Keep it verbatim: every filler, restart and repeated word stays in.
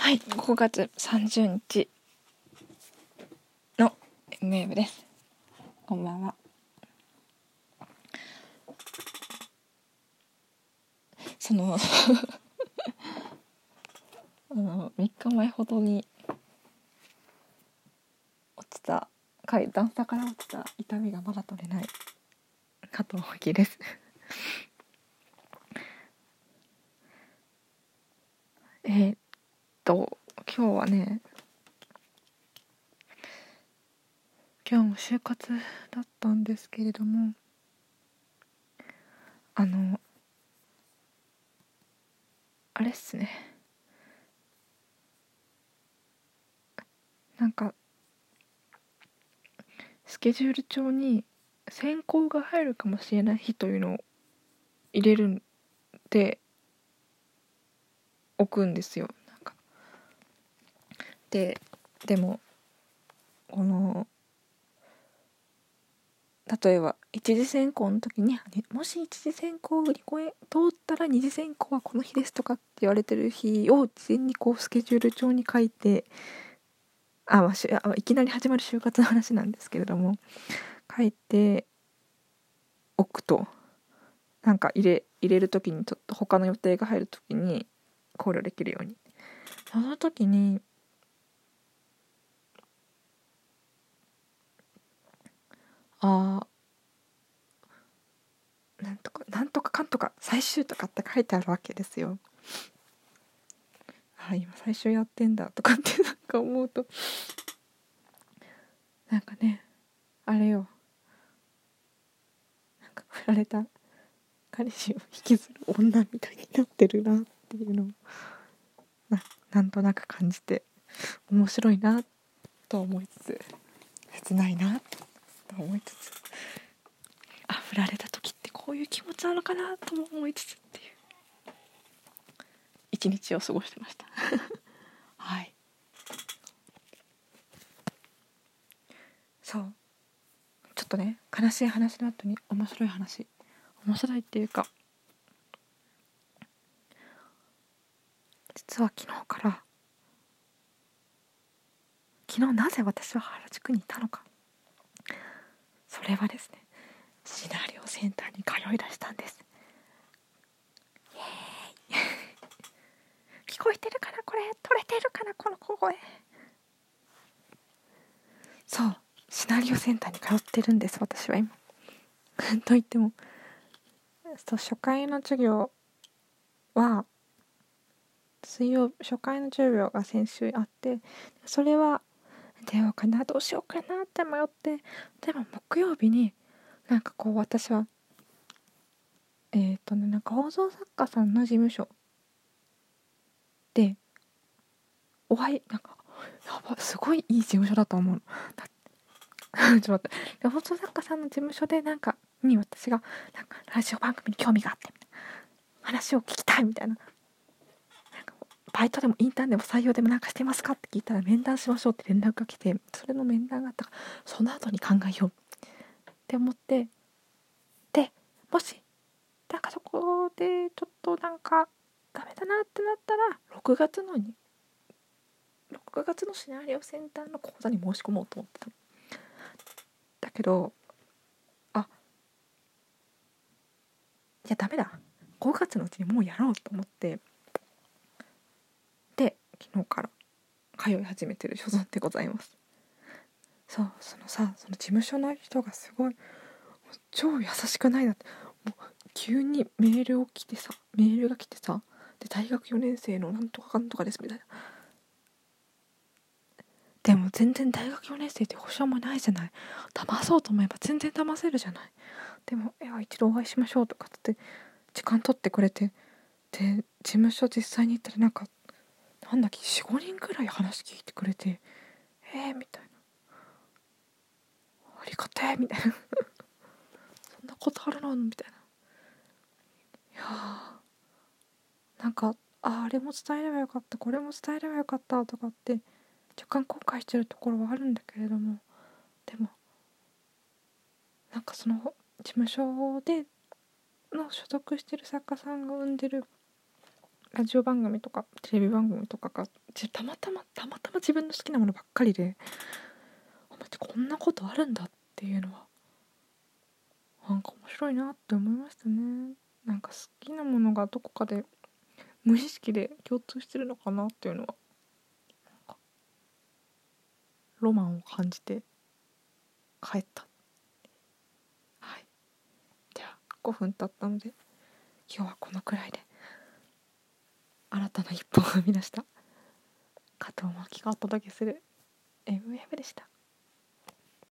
はい、ごがつさんじゅうにちの エムウェーブです。こんばんは。そのあのみっかまえほどに落ちた階段下から落ちた痛みがまだ取れない加藤きですえーっと今日はね今日も就活だったんですけれども、あのあれっすねなんかスケジュール帳に選考が入るかもしれない日というのを入れるんで置くんですよ。なんかででもこの例えば一次選考の時にもし一次選考を売り越え通ったら二次選考はこの日ですとかって言われてる日を事前にこうスケジュール帳に書いてあ、まあ、しあいきなり始まる就活の話なんですけれども書いておくとなんか入れ入れる時にちょっと他の予定が入る時に考慮できるようにその時にあーなんとかなんとかかんとか最終とかって書いてあるわけですよ。あ、今最終やってんだとかってなんか思うとなんかねあれよなんか振られた彼氏を引きずる女みたいになってるなっていうのを な, なんとなく感じて面白いなと思いつつ切ないなと思いつつあ振られた時ってこういう気持ちなのかなとも思いつつっていう一日を過ごしてましたはいそうちょっとね悲しい話の後に面白い話面白いっていうか実は昨日から昨日なぜ私は原宿にいたのかそれはですねシナリオセンターに通い出したんです。イエーイ聞こえてるかなこれ取れてるかなこの小声そうシナリオセンターに通ってるんです私は今といってもそう初回の授業は水曜初回の授業が先週あってそれは出ようかなどうしようかなって迷ってでも木曜日になんかこう私はえっ、ー、とねなんか放送作家さんの事務所でお会いなんかやばすごいいい事務所だと思うのだってちょっと待って放送作家さんの事務所でなんかに私がなんかラジオ番組に興味があって話を聞きたいみたいなバイトでもインターンでも採用でもなんかしてますかって聞いたら面談しましょうって連絡が来てそれの面談があったからその後に考えようって思ってでもしなんかそこでちょっとなんかダメだなってなったらろくがつのにろくがつのシナリオセンターの講座に申し込もうと思ってたのだけどあいやダメだごがつのうちにもうやろうと思ってで昨日から通い始めてる所存でございます。そうそのさその事務所の人がすごい超優しくないなってもう急にメールを来てさメールが来てさで大学よねん生のなんとかかんとかですみたいなでも全然大学よねん生って保証もないじゃない騙そうと思えば全然騙せるじゃないでもいや一度お会いしましょうとかって時間取ってくれてで事務所実際に行ったらなんかなんだっけ よん,ご 人くらい話聞いてくれてえーみたいなありがてえみたいなそんなことあるのみたいないやなんか あ, あれも伝えればよかったこれも伝えればよかったとかって若干後悔してるところはあるんだけれどもでもなんかその事務所での所属してる作家さんが生んでるラジオ番組とかテレビ番組とかがたまたまたまたま自分の好きなものばっかりで、あ、待って、こんなことあるんだっていうのはなんか面白いなって思いましたね。なんか好きなものがどこかで無意識で共通してるのかなっていうのはなんかロマンを感じて帰った。はい、ではごふん経ったので今日はこのくらいで新たな一歩を踏み出した加藤真希がお届けする エムエフ でした。